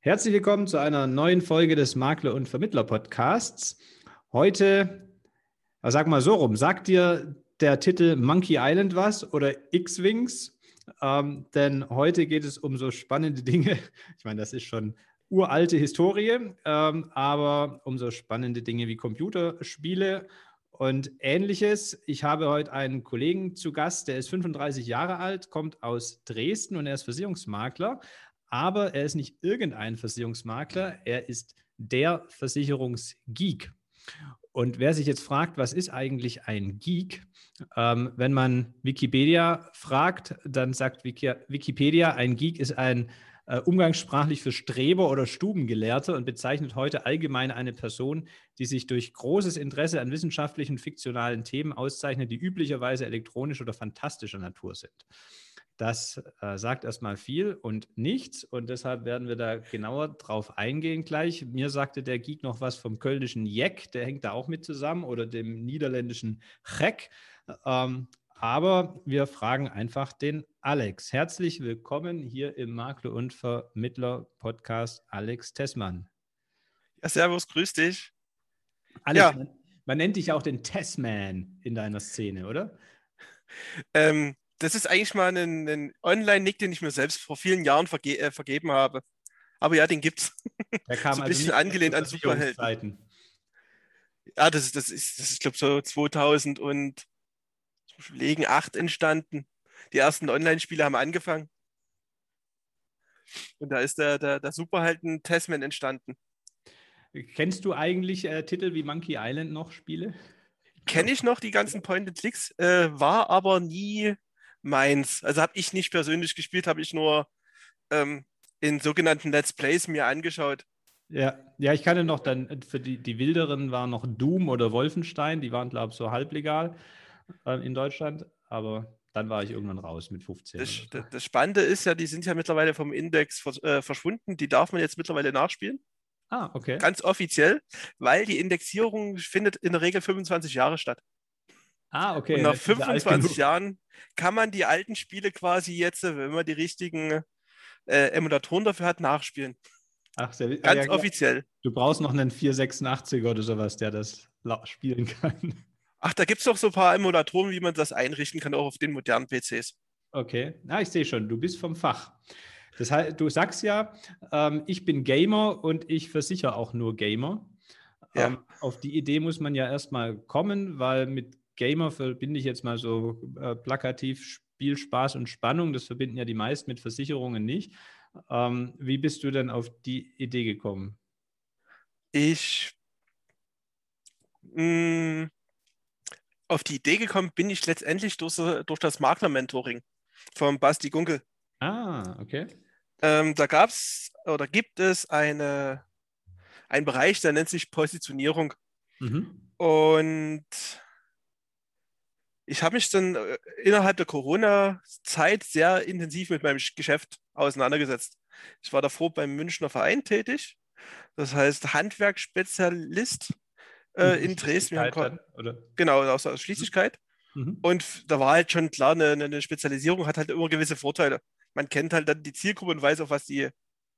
Herzlich willkommen zu einer neuen Folge des Makler- und Vermittler-Podcasts. Heute, sag mal so rum, sagt dir der Titel Monkey Island was oder X-Wings? Denn heute geht es um so spannende Dinge. Ich meine, das ist schon uralte Historie, aber um so spannende Dinge wie Computerspiele und Ähnliches. Ich habe heute einen Kollegen zu Gast, der ist 35 Jahre alt, kommt aus Dresden und er ist Versicherungsmakler. Aber er ist nicht irgendein Versicherungsmakler, er ist der Versicherungsgeek. Und wer sich jetzt fragt, was ist eigentlich ein Geek? Wenn man Wikipedia fragt, dann sagt Wikipedia, ein Geek ist ein umgangssprachlich für Streber oder Stubengelehrter und bezeichnet heute allgemein eine Person, die sich durch großes Interesse an wissenschaftlichen, fiktionalen Themen auszeichnet, die üblicherweise elektronisch oder fantastischer Natur sind. Das sagt erstmal viel und nichts und deshalb werden wir da genauer drauf eingehen gleich. Mir sagte der Geek noch was vom kölnischen Jeck, der hängt da auch mit zusammen, oder dem niederländischen Gek. Aber wir fragen einfach den Alex. Herzlich willkommen hier im Makler- und Vermittler-Podcast, Alex Tessmann. Ja, servus, grüß dich. Alex, ja. Man nennt dich auch den Tessman in deiner Szene, oder? Das ist eigentlich mal ein Online-Nick, den ich mir selbst vor vielen Jahren vergeben habe. Aber ja, den gibt's. Der kam so ein also bisschen nicht angelehnt an Superhelden. Ja, das ist glaube ich, so 2000 und ich überlegen, 8 entstanden. Die ersten Online-Spiele haben angefangen. Und da ist der Superhelden-Tasman entstanden. Kennst du eigentlich Titel wie Monkey Island noch, Spiele? Kenne ich noch die ganzen Point-and-Clicks, war aber nie meins. Also habe ich nicht persönlich gespielt, habe ich nur in sogenannten Let's Plays mir angeschaut. Ja, ich kannte noch dann, für die Wilderen war noch Doom oder Wolfenstein, die waren, glaube ich, so halblegal in Deutschland, aber dann war ich irgendwann raus mit 15. Das Spannende ist ja, die sind ja mittlerweile vom Index verschwunden, die darf man jetzt mittlerweile nachspielen. Ah, okay. Ganz offiziell, weil die Indexierung findet in der Regel 25 Jahre statt. Ah, okay. Und nach 25 Jahren kann man die alten Spiele quasi jetzt, wenn man die richtigen Emulatoren dafür hat, nachspielen. Ach, ganz offiziell. Du brauchst noch einen 486er oder sowas, der das spielen kann. Ach, da gibt es doch so ein paar Emulatoren, wie man das einrichten kann, auch auf den modernen PCs. Okay, ich sehe schon, du bist vom Fach. Das heißt, du sagst ja, ich bin Gamer und ich versichere auch nur Gamer. Ja. Auf die Idee muss man ja erstmal kommen, weil mit Gamer verbinde ich jetzt mal so plakativ Spiel, Spaß und Spannung. Das verbinden ja die meisten mit Versicherungen nicht. Wie bist du denn auf die Idee gekommen? Auf die Idee gekommen bin ich letztendlich durch das Makler-Mentoring von Basti Gunkel. Ah, okay. Da gibt es einen Bereich, der nennt sich Positionierung. Mhm. Und ich habe mich dann innerhalb der Corona-Zeit sehr intensiv mit meinem Geschäft auseinandergesetzt. Ich war davor beim Münchner Verein tätig, das heißt Handwerksspezialist in Dresden. Genau, aus der Schließlichkeit. Mhm. Und da war halt schon klar, eine Spezialisierung hat halt immer gewisse Vorteile. Man kennt halt dann die Zielgruppe und weiß, auf was die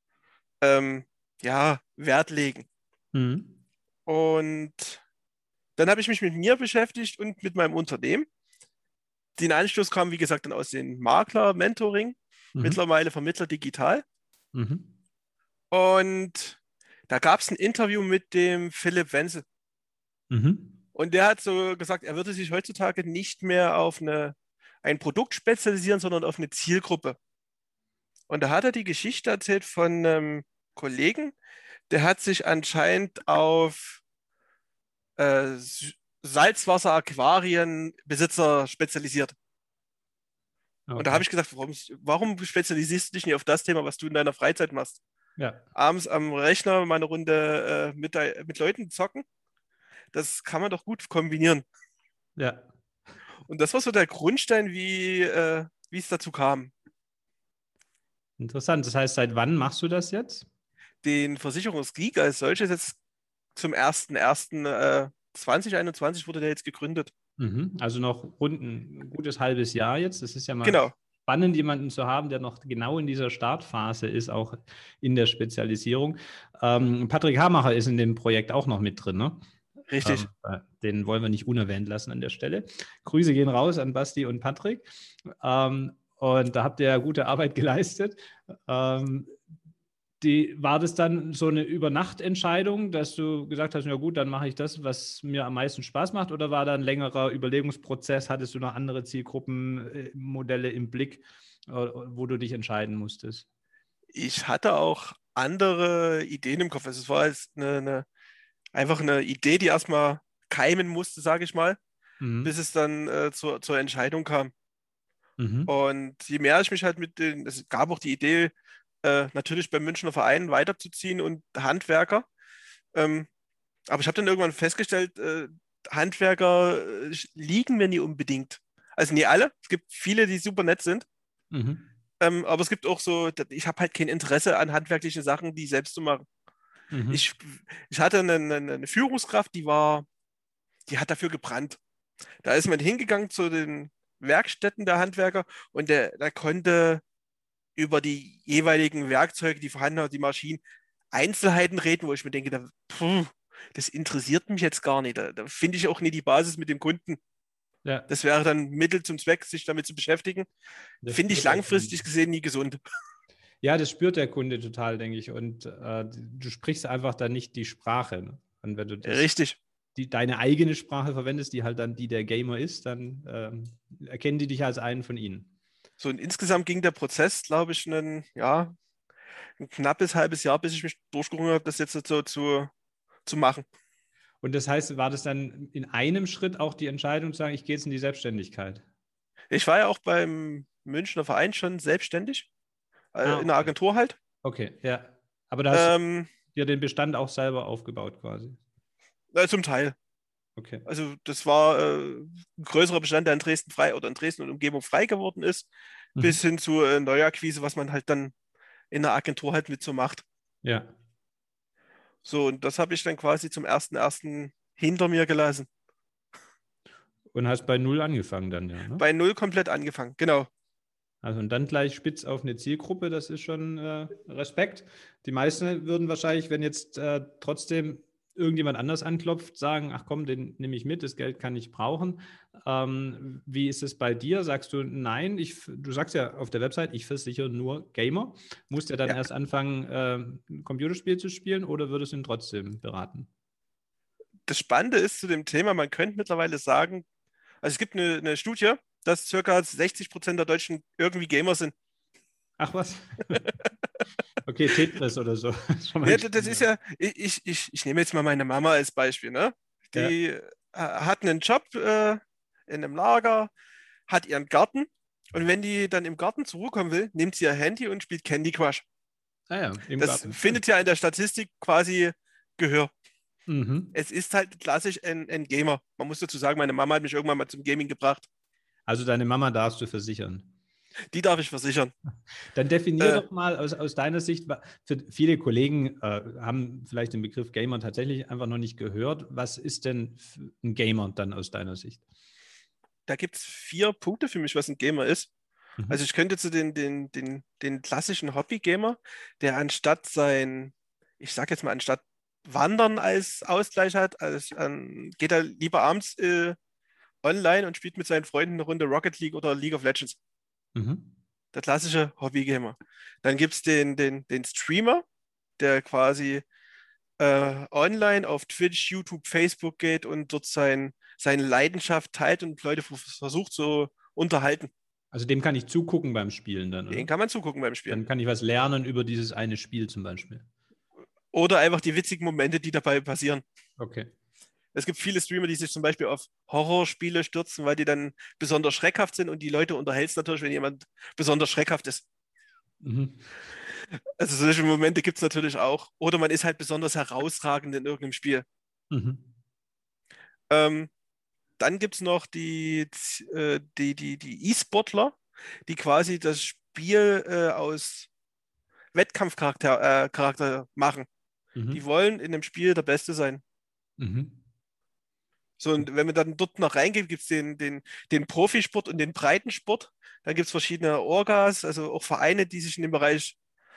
Wert legen. Mhm. Und dann habe ich mich mit mir beschäftigt und mit meinem Unternehmen. Den Anschluss kam, wie gesagt, dann aus dem Makler-Mentoring, mittlerweile Vermittler digital. Mhm. Und da gab es ein Interview mit dem Philipp Wenzel. Mhm. Und der hat so gesagt, er würde sich heutzutage nicht mehr auf ein Produkt spezialisieren, sondern auf eine Zielgruppe. Und da hat er die Geschichte erzählt von einem Kollegen, der hat sich anscheinend auf Salzwasser-Aquarienbesitzer spezialisiert. Okay. Und da habe ich gesagt, warum spezialisierst du dich nicht auf das Thema, was du in deiner Freizeit machst? Ja. Abends am Rechner mal eine Runde mit Leuten zocken. Das kann man doch gut kombinieren. Ja. Und das war so der Grundstein, wie es dazu kam. Interessant. Das heißt, seit wann machst du das jetzt? Den Versicherungsgeek als solches jetzt zum 1.1.2021 wurde der jetzt gegründet. Also noch rund ein gutes halbes Jahr jetzt. Das ist ja mal genau. spannend, jemanden zu haben, der noch genau in dieser Startphase ist, auch in der Spezialisierung. Patrick Hamacher ist in dem Projekt auch noch mit drin, ne? Richtig. Den wollen wir nicht unerwähnt lassen an der Stelle. Grüße gehen raus an Basti und Patrick. Und da habt ihr ja gute Arbeit geleistet. War das dann so eine Übernachtentscheidung, dass du gesagt hast, ja gut, dann mache ich das, was mir am meisten Spaß macht, oder war da ein längerer Überlegungsprozess? Hattest du noch andere Zielgruppenmodelle im Blick, wo du dich entscheiden musstest? Ich hatte auch andere Ideen im Kopf. Also es war jetzt einfach eine Idee, die erstmal keimen musste, sage ich mal, bis Mhm. es dann zur Entscheidung kam. Mhm. Und je mehr ich mich halt es gab auch die Idee, natürlich beim Münchner Verein weiterzuziehen und Handwerker. Ähm, aber ich habe dann irgendwann festgestellt, Handwerker liegen mir nie unbedingt. Also nie alle. Es gibt viele, die super nett sind. Mhm. Aber es gibt auch so, ich habe halt kein Interesse an handwerklichen Sachen, die selbst zu machen. Mhm. Ich, ich hatte eine Führungskraft, die hat dafür gebrannt. Da ist man hingegangen zu den Werkstätten der Handwerker und der konnte über die jeweiligen Werkzeuge, die vorhanden waren, die Maschinen, Einzelheiten reden, wo ich mir denke, das interessiert mich jetzt gar nicht. Da finde ich auch nie die Basis mit dem Kunden. Ja, Das wäre dann Mittel zum Zweck, sich damit zu beschäftigen. das Finde ich spürt der Kunde. langfristig gesehen nie gesund. Ja, das spürt der Kunde total, denke ich. Und du sprichst einfach dann nicht die Sprache. Ne? Und wenn du Richtig. deine eigene Sprache verwendest, die halt dann die der Gamer ist, dann erkennen die dich als einen von ihnen. So und insgesamt ging der Prozess, glaube ich, ja, ein knappes halbes Jahr, bis ich mich durchgerungen habe, das jetzt so zu machen. Und das heißt, war das dann in einem Schritt auch die Entscheidung zu sagen, ich gehe jetzt in die Selbstständigkeit? Ich war ja auch beim Münchner Verein schon selbstständig, Ah, in der okay. Agentur halt. Okay, ja. Aber da hast du Ähm, dir den Bestand auch selber aufgebaut quasi. Zum Teil. Okay. Also das war ein größerer Bestand, der in Dresden frei oder in Dresden und Umgebung frei geworden ist, Mhm. bis hin zu Neuakquise, was man halt dann in der Agentur halt mit so macht. Ja. So, und das habe ich dann quasi zum ersten hinter mir gelassen. Und hast bei Null angefangen dann, ja, ne? Bei Null komplett angefangen, genau. Also und dann gleich spitz auf eine Zielgruppe, das ist schon Respekt. Die meisten würden wahrscheinlich, wenn jetzt trotzdem irgendjemand anders anklopft, sagen, ach komm, den nehme ich mit, das Geld kann ich brauchen. Wie ist es bei dir? Sagst du, nein, du sagst ja auf der Website, ich versichere nur Gamer. Musst du dann Ja, erst anfangen, ein Computerspiel zu spielen oder würdest du ihn trotzdem beraten? das Spannende ist zu dem Thema, man könnte mittlerweile sagen, also es gibt eine Studie, dass circa 60% der Deutschen irgendwie Gamer sind. Ach was? Okay, Tetris oder so. Schon mal Ja, das ist gespielt. ja, ich nehme jetzt mal meine Mama als Beispiel, ne? Ja. Die hat einen Job in einem Lager, hat ihren Garten und wenn die dann im Garten zur Ruhe kommen will, nimmt sie ihr Handy und spielt Candy Crush. Ah ja, im Das Garten. Schön. findet ja in der Statistik quasi Gehör. Mhm. Es ist halt klassisch ein Gamer. Man muss dazu sagen, meine Mama hat mich irgendwann mal zum Gaming gebracht. Also deine Mama darfst du versichern. Die darf ich versichern. Dann definier Äh, doch mal aus deiner Sicht, für viele Kollegen haben vielleicht den Begriff Gamer tatsächlich einfach noch nicht gehört. Was ist denn ein Gamer dann aus deiner Sicht? Da gibt es 4 Punkte für mich, was ein Gamer ist. Mhm. Also ich könnte zu den klassischen Hobby-Gamer, der anstatt ich sag jetzt mal, anstatt Wandern als Ausgleich hat, geht er lieber abends online und spielt mit seinen Freunden eine Runde Rocket League oder League of Legends. Mhm. Der klassische Hobby-Gamer. Dann gibt es den Streamer, der quasi online auf Twitch, YouTube, Facebook geht und dort seine Leidenschaft teilt und Leute versucht zu unterhalten. Also dem kann ich zugucken beim Spielen dann, Den oder? kann man zugucken beim Spielen. Dann kann ich was lernen über dieses eine Spiel zum Beispiel. Oder einfach die witzigen Momente, die dabei passieren. Okay. Es gibt viele Streamer, die sich zum Beispiel auf Horrorspiele stürzen, weil die dann besonders schreckhaft sind und die Leute unterhält es natürlich, wenn jemand besonders schreckhaft ist. Mhm. Also solche Momente gibt es natürlich auch. Oder man ist halt besonders herausragend in irgendeinem Spiel. Mhm. Ähm, Dann gibt es noch die E-Sportler, die quasi das Spiel aus Wettkampfcharakter Charakter machen. Die Mhm. wollen in dem Spiel der Beste sein. Mhm. So, und wenn man dann dort noch reingeht, gibt es den Profisport und den Breitensport. Dann gibt es verschiedene Orgas, also auch Vereine, die sich in dem Bereich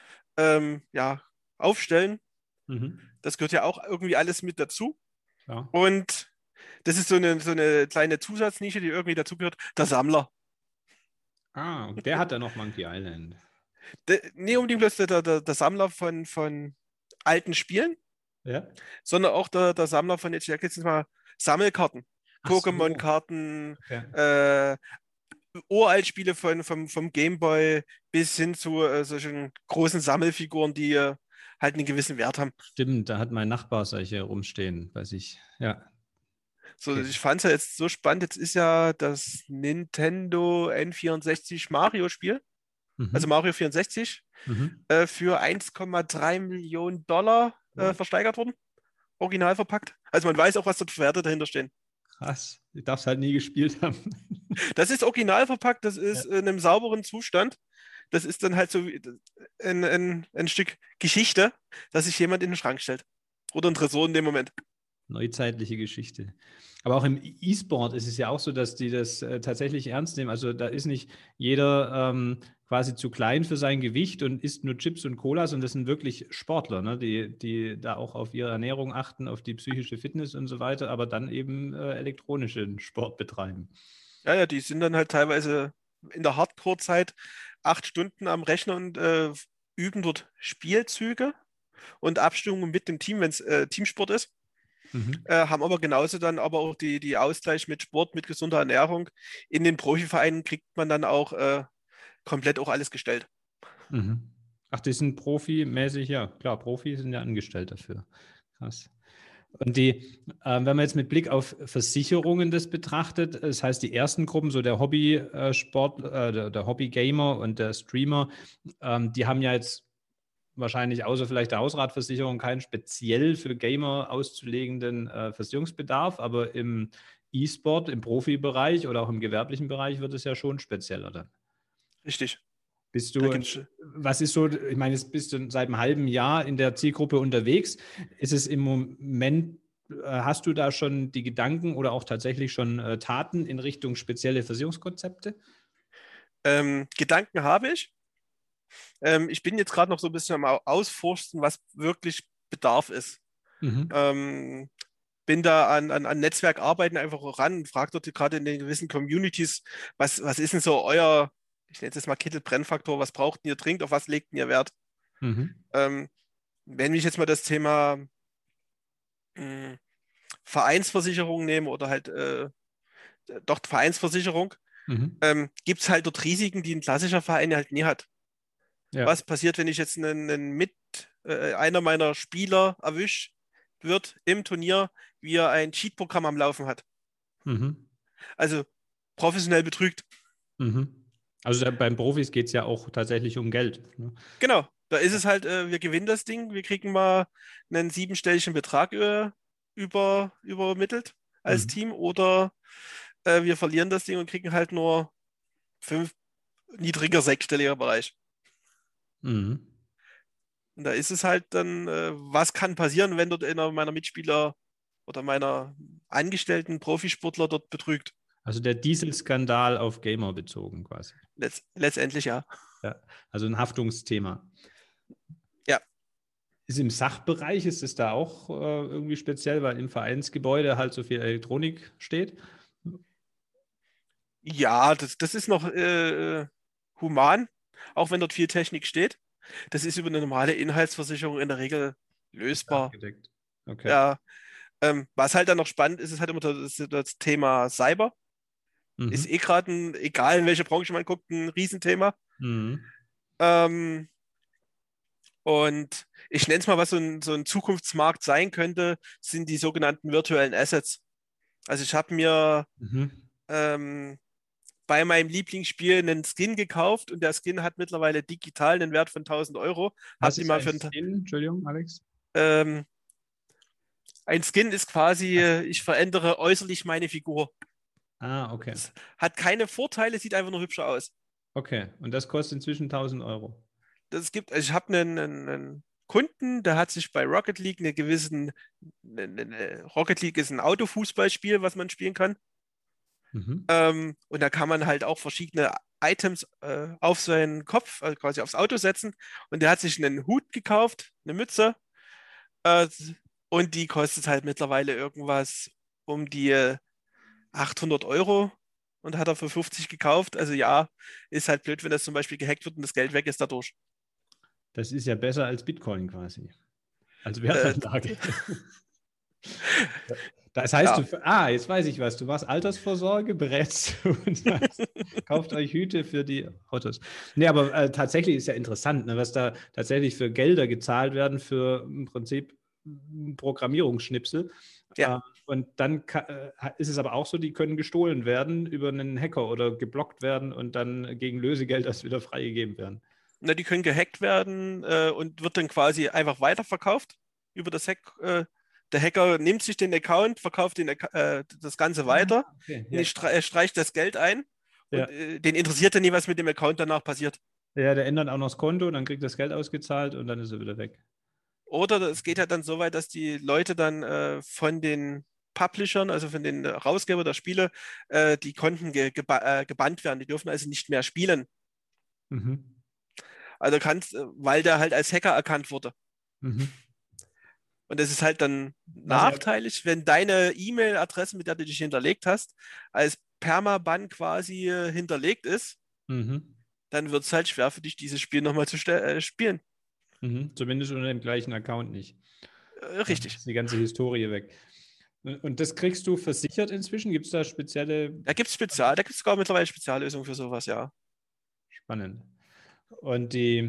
ja, aufstellen. Mhm. Das gehört ja auch irgendwie alles mit dazu. Ja. Und das ist so eine kleine Zusatznische, die irgendwie dazugehört. Der Sammler. Ah, der hat ja noch Monkey Island. Nicht unbedingt bloß der Sammler von alten Spielen, Ja? sondern auch der Sammler von, jetzt jetzt mal Sammelkarten. Ach so. Pokémon-Karten, Okay. Uralt-Spiele vom Gameboy bis hin zu solchen großen Sammelfiguren, die halt einen gewissen Wert haben. Stimmt, da hat mein Nachbar solche rumstehen, weiß ich. Ja, So, okay. ich fand es ja jetzt so spannend. Jetzt ist ja das Nintendo N64 Mario-Spiel, also Mhm. Mario 64, Mhm. für 1,3 Millionen Dollar What? versteigert worden. Original verpackt. Also man weiß auch, was dort für Werte dahinter stehen. Krass. Ich darf es halt nie gespielt haben. Das ist original verpackt, das Ja. ist in einem sauberen Zustand. Das ist dann halt so ein Stück Geschichte, dass sich jemand in den Schrank stellt. Oder ein Tresor in dem Moment. Neuzeitliche Geschichte. Aber auch im E-Sport ist es ja auch so, dass die das tatsächlich ernst nehmen. Also da ist nicht jeder quasi zu klein für sein Gewicht und isst nur Chips und Cola, sondern das sind wirklich Sportler, ne? Die da auch auf ihre Ernährung achten, auf die psychische Fitness und so weiter, aber dann eben elektronischen Sport betreiben. Ja, ja, die sind dann halt teilweise in der Hardcore-Zeit 8 Stunden am Rechner und üben dort Spielzüge und Abstimmungen mit dem Team, wenn es Teamsport ist. Mhm. Haben aber genauso dann aber auch die Ausgleich mit Sport, mit gesunder Ernährung. In den Profivereinen kriegt man dann auch komplett auch alles gestellt. Mhm. Ach, die sind profimäßig, ja, klar, Profis sind ja angestellt dafür. Krass. Und wenn man jetzt mit Blick auf Versicherungen das betrachtet, das heißt, die ersten Gruppen, so der Hobby-Sport, der Hobby-Gamer und der Streamer, die haben ja jetzt wahrscheinlich außer vielleicht der Hausratversicherung keinen speziell für Gamer auszulegenden Versicherungsbedarf, aber im E-Sport, im Profibereich oder auch im gewerblichen Bereich wird es ja schon spezieller dann. Richtig. Bist Da du, gibt's was ist so, ich meine, jetzt bist du seit einem halben Jahr in der Zielgruppe unterwegs. Ist es im Moment, hast du da schon die Gedanken oder auch tatsächlich schon Taten in Richtung spezielle Versicherungskonzepte? Gedanken habe ich. Ich bin jetzt gerade noch so ein bisschen am Ausforsten, was wirklich Bedarf ist. Mhm. Ähm, bin da an Netzwerkarbeiten einfach ran und frage dort gerade in den gewissen Communities, was ist denn so euer, ich nenne es jetzt mal Kittel-Brennfaktor, was braucht ihr dringend, auf was legt ihr Wert? Mhm. Ähm, wenn ich jetzt mal das Thema mh, Vereinsversicherung nehme oder halt doch Vereinsversicherung, Mhm. gibt es halt dort Risiken, die ein klassischer Verein halt nie hat. Ja. Was passiert, wenn ich jetzt einer meiner Spieler erwischt wird im Turnier, wie er ein Cheat-Programm am Laufen hat? Mhm. Also professionell betrügt. Mhm. Also beim Profis geht es ja auch tatsächlich um Geld. Ne? Genau, da ist es halt, wir gewinnen das Ding, wir kriegen mal einen siebenstelligen Betrag übermittelt als Mhm. Team oder wir verlieren das Ding und kriegen halt nur fünf niedriger sechsstelliger Bereich. Mhm. Und da ist es halt dann, was kann passieren, wenn dort einer meiner Mitspieler oder meiner angestellten Profisportler dort betrügt? Also der Dieselskandal auf Gamer bezogen quasi. Letztendlich ja. Ja. Also ein Haftungsthema. Ja, Ist im Sachbereich, ist es da auch irgendwie speziell, weil im Vereinsgebäude halt so viel Elektronik steht? ja, das ist noch human, auch wenn dort viel Technik steht. Das ist über eine normale Inhaltsversicherung in der Regel Ist lösbar. abgedeckt. Okay. Ja, was halt dann noch spannend ist, ist halt immer das Thema Cyber. Ist Mhm. eh gerade egal in welche Branche man guckt, ein Riesenthema. Mhm. Ähm, und ich nenne es mal, was so ein Zukunftsmarkt sein könnte, sind die sogenannten virtuellen Assets. Also ich habe mir Mhm. ähm, bei meinem Lieblingsspiel einen Skin gekauft und der Skin hat mittlerweile digital einen Wert von 1000 Euro. Hab Was die ist mal ein für Skin? Entschuldigung, Alex. ähm, ein Skin ist quasi, Was? ich verändere äußerlich meine Figur. Ah, okay. Das hat keine Vorteile, sieht einfach nur hübscher aus. Okay. Und das kostet inzwischen 1000 Euro. Also ich habe einen Kunden, der hat sich bei Rocket League Rocket League ist ein Autofußballspiel, was man spielen kann. Mhm. Und da kann man halt auch verschiedene Items auf seinen Kopf, also quasi aufs Auto setzen. Und der hat sich einen Hut gekauft, eine Mütze. Äh, und die kostet halt mittlerweile irgendwas um die 800 € und hat er für 50 gekauft. Also ja, ist halt blöd, wenn das zum Beispiel gehackt wird und das Geld weg ist dadurch. Das ist ja besser als Bitcoin quasi. Als Äh, Wertanlage. Das heißt, ja. jetzt weiß ich was. Du machst Altersvorsorge, berätst und sagst, kauft euch Hüte für die Autos. Nee, aber tatsächlich ist ja interessant, ne, was da tatsächlich für Gelder gezahlt werden für im Prinzip Programmierungsschnipsel. Ja. Und dann ist es aber auch so, die können gestohlen werden über einen Hacker oder geblockt werden und dann gegen Lösegeld das wieder freigegeben werden. Na, die können gehackt werden und wird dann quasi einfach weiterverkauft über das Hack. Der Hacker nimmt sich den Account, verkauft das Ganze weiter, Okay, und er streicht das Geld ein ja. und den interessiert dann nie, was mit dem Account danach passiert. Ja, der ändert auch noch das Konto, dann kriegt das Geld ausgezahlt und dann ist er wieder weg. Oder es geht halt dann so weit, dass die Leute dann von den Publishern, also von den Herausgebern der Spiele, die Konten gebannt werden. Die dürfen also nicht mehr spielen. Mhm. Also weil der halt als Hacker erkannt wurde. Mhm. Und das ist halt dann Was er, nachteilig, wenn deine E-Mail-Adresse, mit der du dich hinterlegt hast, als Permaban quasi hinterlegt ist, mhm. dann wird es halt schwer für dich, dieses Spiel nochmal zu spielen. Mhm. Zumindest unter dem gleichen Account nicht. Dann Richtig. ist die ganze Historie weg. Und das kriegst du versichert inzwischen? Gibt es da spezielle, Da gibt es sogar mittlerweile Speziallösungen für sowas, ja. spannend. Und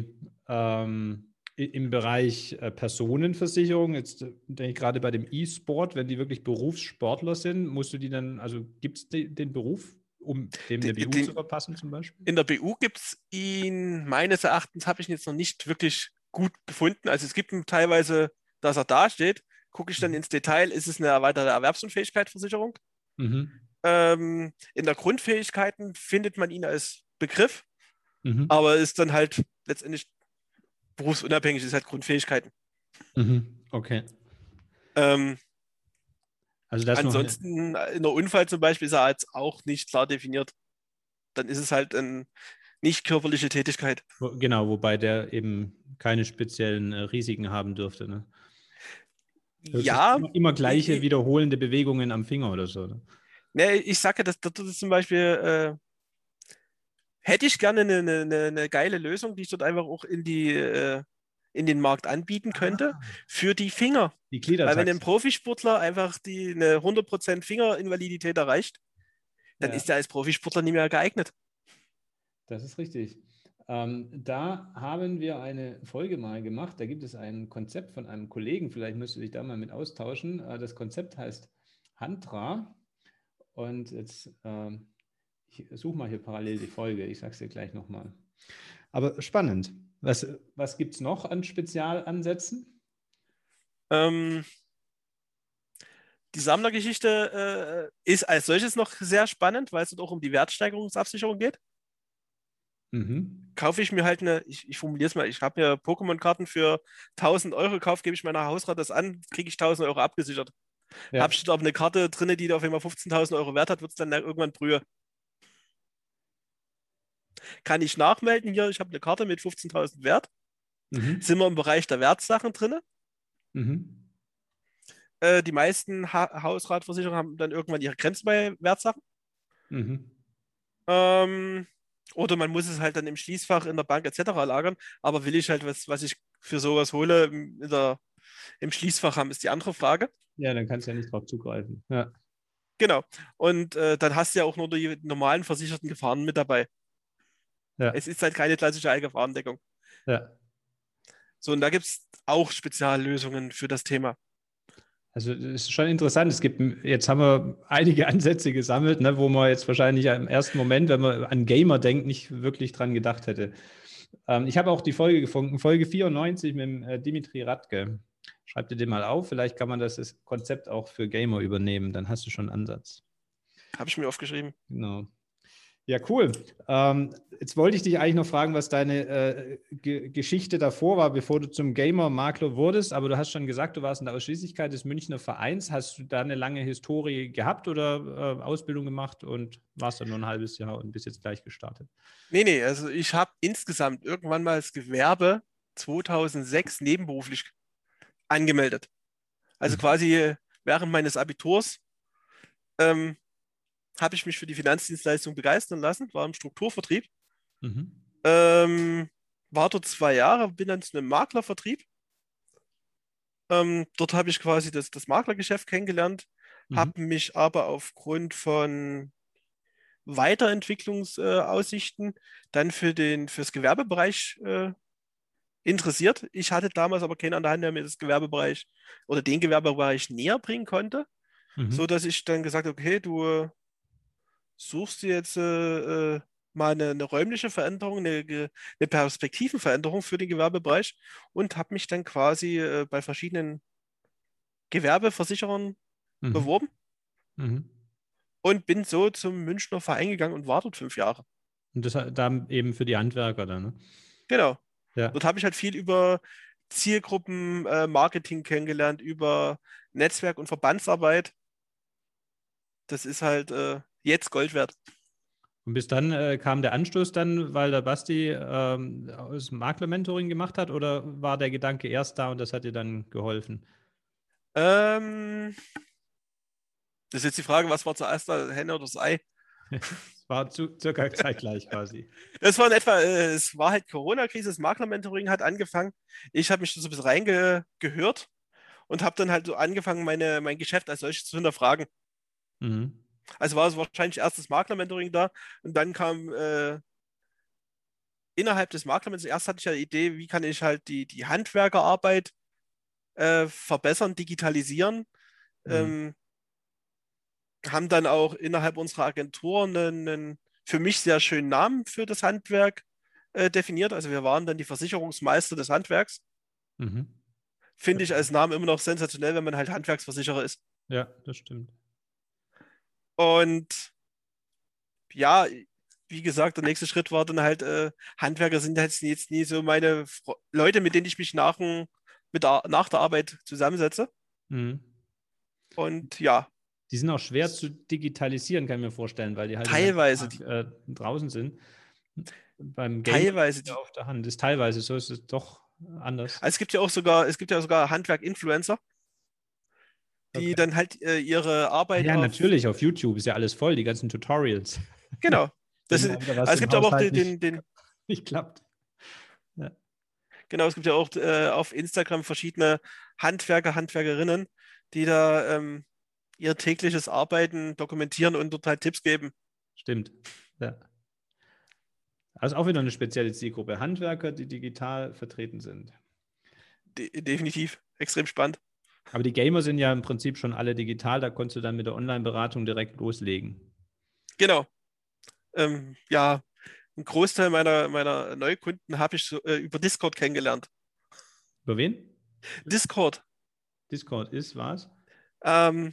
im Bereich Personenversicherung, jetzt denke ich gerade bei dem E-Sport, wenn die wirklich Berufssportler sind, musst du die dann, also gibt es den Beruf, um dem eine BU zu verpassen zum Beispiel? In der BU gibt es ihn, meines Erachtens, habe ich ihn jetzt noch nicht wirklich gut gefunden. Also es gibt ihn teilweise, dass er dasteht. Gucke ich dann ins Detail, ist es eine erweiterte Erwerbsunfähigkeitsversicherung? Mhm. In der Grundfähigkeiten findet man ihn als Begriff, Mhm. aber ist dann halt letztendlich berufsunabhängig, ist halt Grundfähigkeiten. Mhm. Okay. Ähm, Also das noch eine, ansonsten in der Unfall zum Beispiel ist er jetzt auch nicht klar definiert. Dann ist es halt eine nicht körperliche Tätigkeit. genau, wobei der eben keine speziellen Risiken haben dürfte. Ne? Höchstens Ja, immer gleiche ich, wiederholende Bewegungen am Finger oder so. Ne? ne, ich sage, das ist zum Beispiel, hätte ich gerne eine geile Lösung, die ich dort einfach auch in den Markt anbieten könnte, für die Finger. Die Weil wenn ein Gliedertaxe. Profisportler einfach eine 100% Fingerinvalidität erreicht, dann Ja, ist er als Profisportler nicht mehr geeignet. das ist richtig. Da haben wir eine Folge mal gemacht. Da gibt es ein Konzept von einem Kollegen. Vielleicht müsst ihr dich da mal mit austauschen. Das Konzept heißt Hantra. Und jetzt, ich suche mal hier parallel die Folge. Ich sage es dir gleich nochmal. Aber spannend. Was gibt es noch an Spezialansätzen? Ähm, die Sammlergeschichte ist als solches noch sehr spannend, weil es dort auch um die Wertsteigerungsabsicherung geht. Mhm. Kaufe ich mir halt ich formuliere es mal, ich habe mir Pokémon-Karten für 1.000 € gekauft, gebe ich meiner Hausrat das an, kriege ich 1.000 € abgesichert. Ja. Habe ich dort aber eine Karte drin, die da auf einmal 15.000 € Wert hat, wird es dann irgendwann Brühe. Kann ich nachmelden hier, ich habe eine Karte mit 15.000 Wert. Mhm. Sind wir im Bereich der Wertsachen drin? Mhm. Die meisten Hausratversicherungen haben dann irgendwann ihre Grenzen bei Wertsachen. Mhm. Ähm, oder man muss es halt dann im Schließfach in der Bank etc. lagern. Aber will ich halt was ich für sowas hole, im Schließfach haben, ist die andere Frage. Ja, dann kannst du ja nicht drauf zugreifen. Ja. Genau. Und dann hast du ja auch nur die normalen versicherten Gefahren mit dabei. Ja. Es ist halt keine klassische Allgefahrendeckung. Ja. So, und da gibt es auch Speziallösungen für das Thema. Also das ist schon interessant. Jetzt haben wir einige Ansätze gesammelt, ne, wo man jetzt wahrscheinlich im ersten Moment, wenn man an Gamer denkt, nicht wirklich dran gedacht hätte. Ich habe auch die Folge gefunden, Folge 94 mit dem Dimitri Radke. Schreib dir den mal auf, vielleicht kann man das Konzept auch für Gamer übernehmen, dann hast du schon einen Ansatz. Habe ich mir aufgeschrieben. Genau. Ja, cool. Jetzt wollte ich dich eigentlich noch fragen, was deine Geschichte davor war, bevor du zum Gamer-Makler wurdest. Aber du hast schon gesagt, du warst in der Ausschließlichkeit des Münchner Vereins. Hast du da eine lange Historie gehabt oder Ausbildung gemacht und warst dann nur ein halbes Jahr und bist jetzt gleich gestartet? Nee, also ich habe insgesamt irgendwann mal das Gewerbe 2006 nebenberuflich angemeldet. Also Mhm. quasi während meines Abiturs ähm, habe ich mich für die Finanzdienstleistung begeistern lassen, war im Strukturvertrieb, Mhm. ähm, war dort 2 Jahre, bin dann zu einem Maklervertrieb. Dort habe ich quasi das Maklergeschäft kennengelernt, Mhm. habe mich aber aufgrund von Weiterentwicklungsaussichten dann fürs Gewerbebereich interessiert. Ich hatte damals aber keinen an der Hand, der mir das Gewerbebereich oder den Gewerbebereich näher bringen konnte, so Mhm. dass ich dann gesagt habe, okay, du suchst dir jetzt mal eine räumliche Veränderung, eine Perspektivenveränderung für den Gewerbebereich und habe mich dann quasi bei verschiedenen Gewerbeversicherern Mhm. beworben Mhm. und bin so zum Münchner Verein gegangen und war dort 5 Jahre. Und das da eben für die Handwerker dann, ne? Genau. Ja. Dort habe ich halt viel über Zielgruppen, Marketing kennengelernt, über Netzwerk- und Verbandsarbeit. Das ist halt jetzt Gold wert. Und bis dann kam der Anstoß dann, weil der Basti aus Makler-Mentoring gemacht hat, oder war der Gedanke erst da und das hat dir dann geholfen? Ähm, Das ist jetzt die Frage, was war zuerst da, Henne oder das Ei? Es war circa zeitgleich quasi. Das war in etwa, es war halt Corona-Krise, das Makler-Mentoring hat angefangen. Ich habe mich so ein bisschen reingehört und habe dann halt so angefangen, mein Geschäft als solches zu hinterfragen. Mhm. Also war es wahrscheinlich erst das Makler-Mentoring da und dann kam innerhalb des Makler-Mentorings, erst hatte ich ja die Idee, wie kann ich halt die Handwerkerarbeit verbessern, digitalisieren. Mhm. Ähm, Haben dann auch innerhalb unserer Agentur einen für mich sehr schönen Namen für das Handwerk definiert. Also wir waren dann die Versicherungsmeister des Handwerks. Mhm. Finde ich als Namen immer noch sensationell, wenn man halt Handwerksversicherer ist. Ja, das stimmt. Und ja, wie gesagt, der nächste Schritt war dann halt, Handwerker sind jetzt nie so meine Leute, mit denen ich mich nach der Arbeit zusammensetze. Mhm. Und ja, Die sind auch schwer zu digitalisieren, kann ich mir vorstellen, weil die halt den ganzen teilweise, Tag draußen sind. Beim Game teilweise, ja auf der Hand ist teilweise so, ist es doch anders. also es gibt ja sogar Handwerk-Influencer, die Okay. dann halt ihre Ah Arbeit ja, auf, natürlich, auf YouTube ist ja alles voll, die ganzen Tutorials. genau. Wenn mal wieder was Also es im gibt aber auch Haushalt nicht, den, nicht klappt. Ja. genau, es gibt ja auch auf Instagram verschiedene Handwerker, Handwerkerinnen, die da ihr tägliches Arbeiten dokumentieren und dort halt Tipps geben. Stimmt. Ja. Also auch wieder eine spezielle Zielgruppe. Handwerker, die digital vertreten sind. Definitiv extrem spannend. Aber die Gamer sind ja im Prinzip schon alle digital, da konntest du dann mit der Online-Beratung direkt loslegen. Genau. Ja, einen Großteil meiner Neukunden habe ich so, über Discord kennengelernt. Über wen? Discord, Discord ist was? ähm,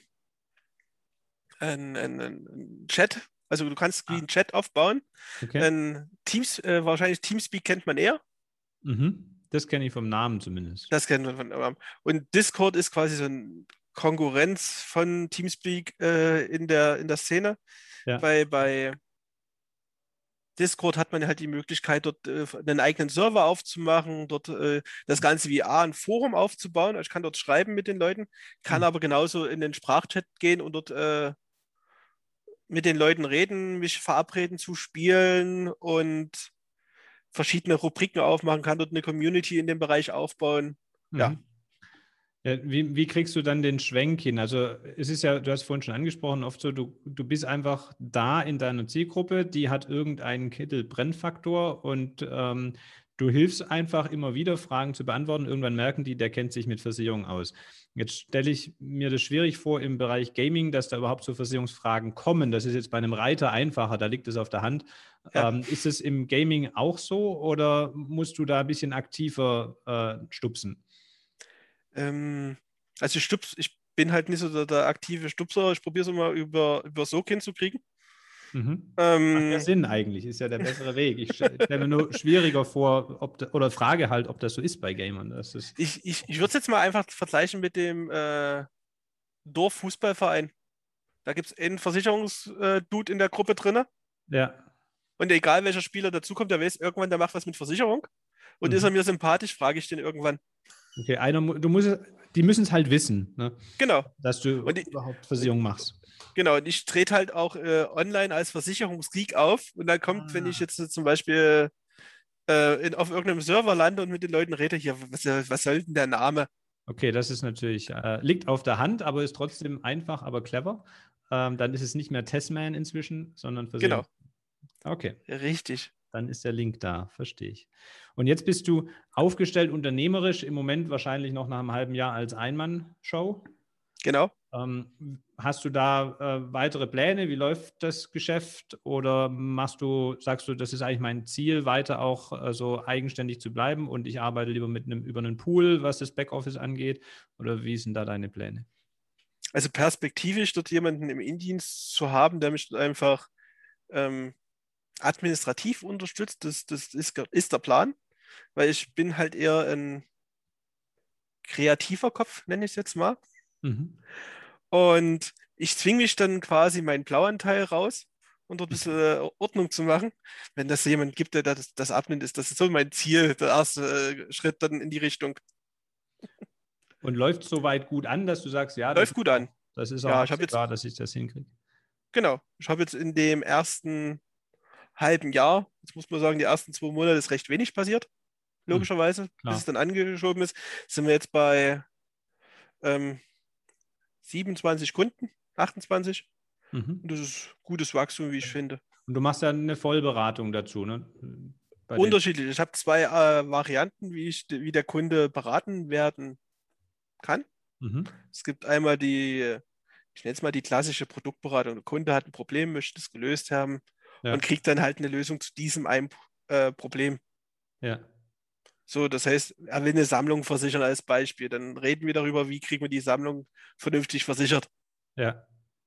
ein Chat, also du kannst wie Ah, einen Chat aufbauen. okay. Wahrscheinlich Teamspeak kennt man eher. Mhm. Das kenne ich vom Namen zumindest. Das kennt man und Discord ist quasi so eine Konkurrenz von Teamspeak in der Szene. Ja. Bei Discord hat man halt die Möglichkeit, dort einen eigenen Server aufzumachen, dort das Ganze wie ein Forum aufzubauen. Also ich kann dort schreiben mit den Leuten, kann Mhm. aber genauso in den Sprachchat gehen und dort mit den Leuten reden, mich verabreden zu spielen und verschiedene Rubriken aufmachen, kann dort eine Community in dem Bereich aufbauen. Ja, Mhm. Ja, wie kriegst du dann den Schwenk hin? Also es ist ja, du hast vorhin schon angesprochen, oft so, du bist einfach da in deiner Zielgruppe, die hat irgendeinen Kittel-Brennfaktor und du hilfst einfach immer wieder, Fragen zu beantworten. Irgendwann merken die, der kennt sich mit Versicherung aus. Jetzt stelle ich mir das schwierig vor im Bereich Gaming, dass da überhaupt so Versicherungsfragen kommen. Das ist jetzt bei einem Reiter einfacher, da liegt es auf der Hand. ja. Ist es im Gaming auch so oder musst du da ein bisschen aktiver stupsen? Ähm, also ich bin halt nicht so der aktive Stupser. Ich probiere es immer über Sog hinzukriegen. Macht ja Ähm, Sinn eigentlich, ist ja der bessere Weg. Ich stelle mir nur schwieriger vor, oder frage halt, ob das so ist bei Gamern. Das ist, ich würde es jetzt mal einfach vergleichen mit dem Dorffußballverein. Da gibt es einen Versicherungsdude in der Gruppe drin. ja. Und egal welcher Spieler dazukommt, der weiß irgendwann, der macht was mit Versicherung. Und ist er Mhm. mir sympathisch, frage ich den irgendwann. Okay, du musst, die müssen es halt wissen, ne? Genau. Dass du Und ich, überhaupt Versicherung machst. genau, und ich trete halt auch online als Versicherungsgeek auf. Und dann kommt, wenn ich Ah. jetzt zum Beispiel auf irgendeinem Server lande und mit den Leuten rede, hier, was soll denn der Name? Okay, das ist natürlich, liegt auf der Hand, aber ist trotzdem einfach, aber clever. Dann ist es nicht mehr Testman inzwischen, sondern Versicherung. Genau, Okay, richtig. dann ist der Link da, verstehe ich. Und jetzt bist du aufgestellt unternehmerisch, im Moment wahrscheinlich noch nach einem halben Jahr als Ein-Mann-Show. Genau. Hast du da weitere Pläne? Wie läuft das Geschäft? Oder sagst du, das ist eigentlich mein Ziel, weiter auch so eigenständig zu bleiben und ich arbeite lieber über einen Pool, was das Backoffice angeht? Oder wie sind da deine Pläne? Also perspektivisch dort jemanden im Indienst zu haben, der mich dort einfach ähm, administrativ unterstützt, das ist der Plan, weil ich bin halt eher ein kreativer Kopf, nenne ich es jetzt mal. Mhm. Und ich zwinge mich dann quasi meinen Blauanteil raus und dort ein bisschen Ordnung zu machen. Wenn das jemand gibt, der das abnimmt, ist das so mein Ziel, der erste Schritt dann in die Richtung. Und läuft es soweit gut an, dass du sagst, ja, Läuft gut an. das ist auch Ja, ich habe jetzt, absehbar, dass ich das hinkriege? genau, ich habe jetzt in dem ersten halben Jahr, jetzt muss man sagen, die ersten 2 Monate ist recht wenig passiert, Hm, logischerweise, bis es klar. dann angeschoben ist, sind wir jetzt bei ähm, 27 Kunden, 28. Und Mhm. das ist gutes Wachstum, wie ich finde. Und du machst ja eine Vollberatung dazu, ne? Bei den. Unterschiedlich. Ich habe zwei Varianten, wie der Kunde beraten werden kann. Mhm. Es gibt einmal ich nenne es mal die klassische Produktberatung. Der Kunde hat ein Problem, möchte es gelöst haben und Ja, kriegt dann halt eine Lösung zu diesem einen Problem. ja, So, das heißt, er will eine Sammlung versichern als Beispiel. Dann reden wir darüber, wie kriegen wir die Sammlung vernünftig versichert. ja,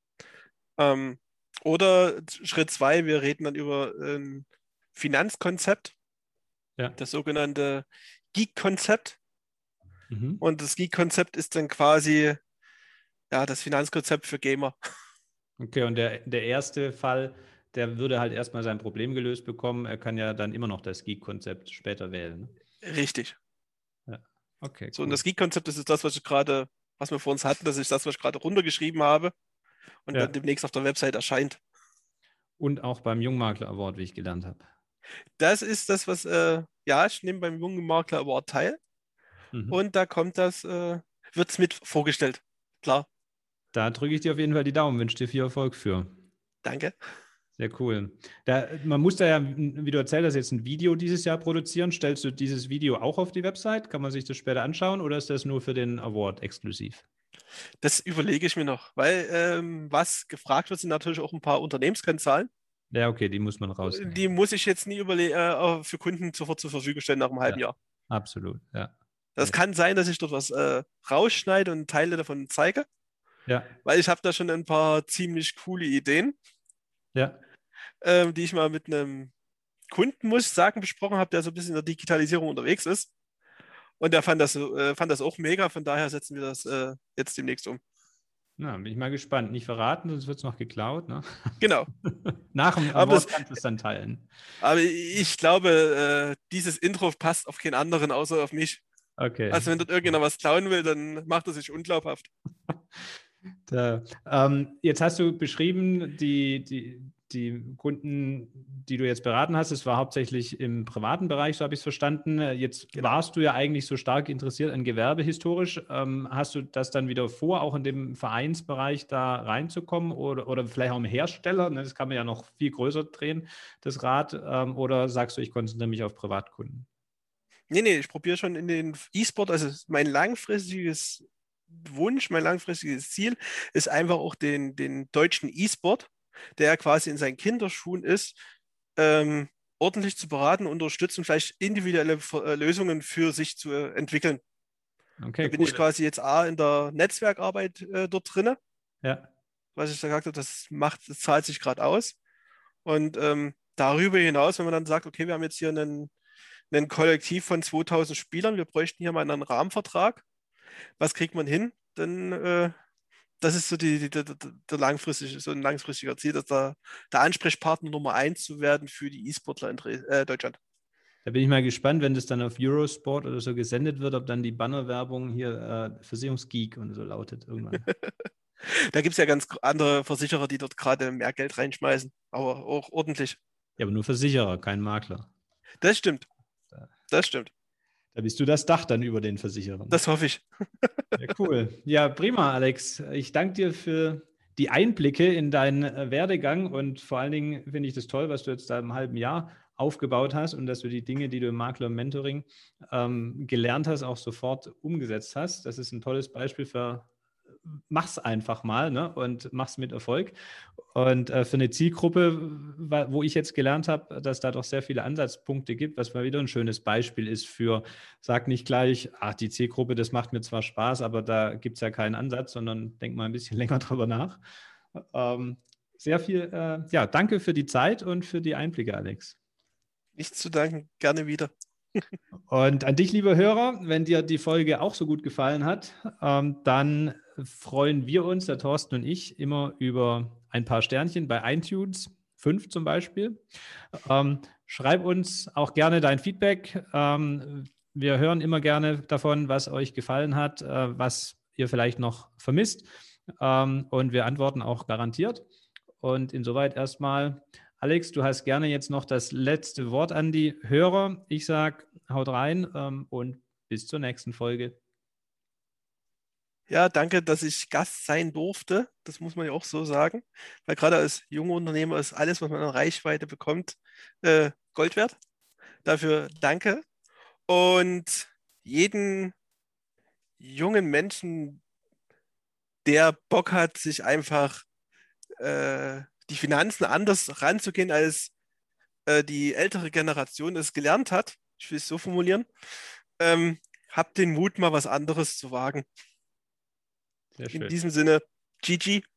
Ähm, oder Schritt zwei, wir reden dann über ein Finanzkonzept, ja. das sogenannte Geek-Konzept. Mhm. Und das Geek-Konzept ist dann quasi ja, das Finanzkonzept für Gamer. Okay, und der erste Fall, der würde halt erstmal sein Problem gelöst bekommen. Er kann ja dann immer noch das Geek-Konzept später wählen. Ne? Richtig. Ja. Okay, So, und cool. das Geek-Konzept ist jetzt das, was wir vor uns hatten, das ist das, was ich gerade runtergeschrieben habe und dann Ja. demnächst auf der Website erscheint. Und auch beim Jungmakler Award, wie ich gelernt habe. Das ist das, ja, ich nehme beim Jungen Makler Award teil Mhm. und da wird es mit vorgestellt. Klar, Da drücke ich dir auf jeden Fall die Daumen, wünsche dir viel Erfolg für. danke. Sehr cool. Man muss da ja, wie du erzählt hast, jetzt ein Video dieses Jahr produzieren. Stellst du dieses Video auch auf die Website? Kann man sich das später anschauen oder ist das nur für den Award exklusiv? Das überlege ich mir noch, weil was gefragt wird, sind natürlich auch ein paar Unternehmenskennzahlen. Ja, okay, die muss man rausnehmen. Die muss ich jetzt nie für Kunden sofort zur Verfügung stellen nach einem halben Ja, Jahr. absolut. Ja. Das Nee. kann sein, dass ich dort was rausschneide und Teile davon zeige, Ja, weil ich habe da schon ein paar ziemlich coole Ideen, ja. die ich mal mit einem Kunden, muss ich sagen, besprochen habe, der so ein bisschen in der Digitalisierung unterwegs ist. Und der fand das auch mega, von daher setzen wir das jetzt demnächst um. Na, bin ich mal gespannt. Nicht verraten, sonst wird es noch geklaut. Ne? Genau. Nach dem Aber, Award das, kannst du es dann teilen. aber ich glaube, dieses Intro passt auf keinen anderen außer auf mich. Okay. Also wenn dort irgendjemand was klauen will, dann macht er sich unglaubhaft. Jetzt hast du beschrieben, die Kunden, die du jetzt beraten hast, es war hauptsächlich im privaten Bereich, so habe ich es verstanden. Jetzt Genau. warst du ja eigentlich so stark interessiert an Gewerbe historisch. Hast du das dann wieder vor, auch in dem Vereinsbereich da reinzukommen oder vielleicht auch im Hersteller? Ne, das kann man ja noch viel größer drehen, das Rad. Oder sagst du, ich konzentriere mich auf Privatkunden? Nee, ich probiere schon in den E-Sport, also mein langfristiges Wunsch, mein langfristiges Ziel ist einfach auch den deutschen E-Sport, der ja quasi in seinen Kinderschuhen ist, ähm, ordentlich zu beraten, unterstützen, vielleicht individuelle Lösungen für sich zu entwickeln. Da Okay, bin cool. ich quasi jetzt A in der Netzwerkarbeit dort drinne, Ja, was ich da gesagt habe, das zahlt sich gerade aus. Und darüber hinaus, wenn man dann sagt, okay, wir haben jetzt hier einen Kollektiv von 2000 Spielern, wir bräuchten hier mal einen Rahmenvertrag, was kriegt man hin? Dann das ist so der langfristige, so ein langfristiger Ziel, dass der Ansprechpartner Nummer 1 zu werden für die E-Sportler in Deutschland. Da bin ich mal gespannt, wenn das dann auf Eurosport oder so gesendet wird, ob dann die Bannerwerbung hier Versicherungsgeek und so lautet irgendwann. Da gibt es ja ganz andere Versicherer, die dort gerade mehr Geld reinschmeißen, aber auch ordentlich. Ja, aber nur Versicherer, kein Makler. Das stimmt. Das stimmt. Da bist du das Dach dann über den Versicherern. Das hoffe ich. Ja, cool. Ja, prima, Alex. Ich danke dir für die Einblicke in deinen Werdegang und vor allen Dingen finde ich das toll, was du jetzt da im halben Jahr aufgebaut hast und dass du die Dinge, die du im Makler-Mentoring gelernt hast, auch sofort umgesetzt hast. Das ist ein tolles Beispiel für mach's einfach mal, ne? Und mach's mit Erfolg. Und für eine Zielgruppe, wo ich jetzt gelernt habe, dass da doch sehr viele Ansatzpunkte gibt, was mal wieder ein schönes Beispiel ist für, sag nicht gleich, ach, die Zielgruppe, das macht mir zwar Spaß, aber da gibt es ja keinen Ansatz, sondern denk mal ein bisschen länger drüber nach. Sehr viel, ja, danke für die Zeit und für die Einblicke, Alex. Nichts zu danken, gerne wieder. Und an dich, liebe Hörer, wenn dir die Folge auch so gut gefallen hat, dann freuen wir uns, der Thorsten und ich, immer über ein paar Sternchen bei iTunes, 5 zum Beispiel. Schreib uns auch gerne dein Feedback. Wir hören immer gerne davon, was euch gefallen hat, was ihr vielleicht noch vermisst. Und wir antworten auch garantiert. Und insoweit erstmal, Alex, du hast gerne jetzt noch das letzte Wort an die Hörer. Ich sage, haut rein und bis zur nächsten Folge. Ja, danke, dass ich Gast sein durfte. Das muss man ja auch so sagen. Weil gerade als junger Unternehmer ist alles, was man an Reichweite bekommt, Gold wert. Dafür danke. Und jeden jungen Menschen, der Bock hat, sich einfach die Finanzen anders ranzugehen, als die ältere Generation es gelernt hat, ich will es so formulieren, habt den Mut, mal was anderes zu wagen. Sehr In schön. diesem Sinne, GG.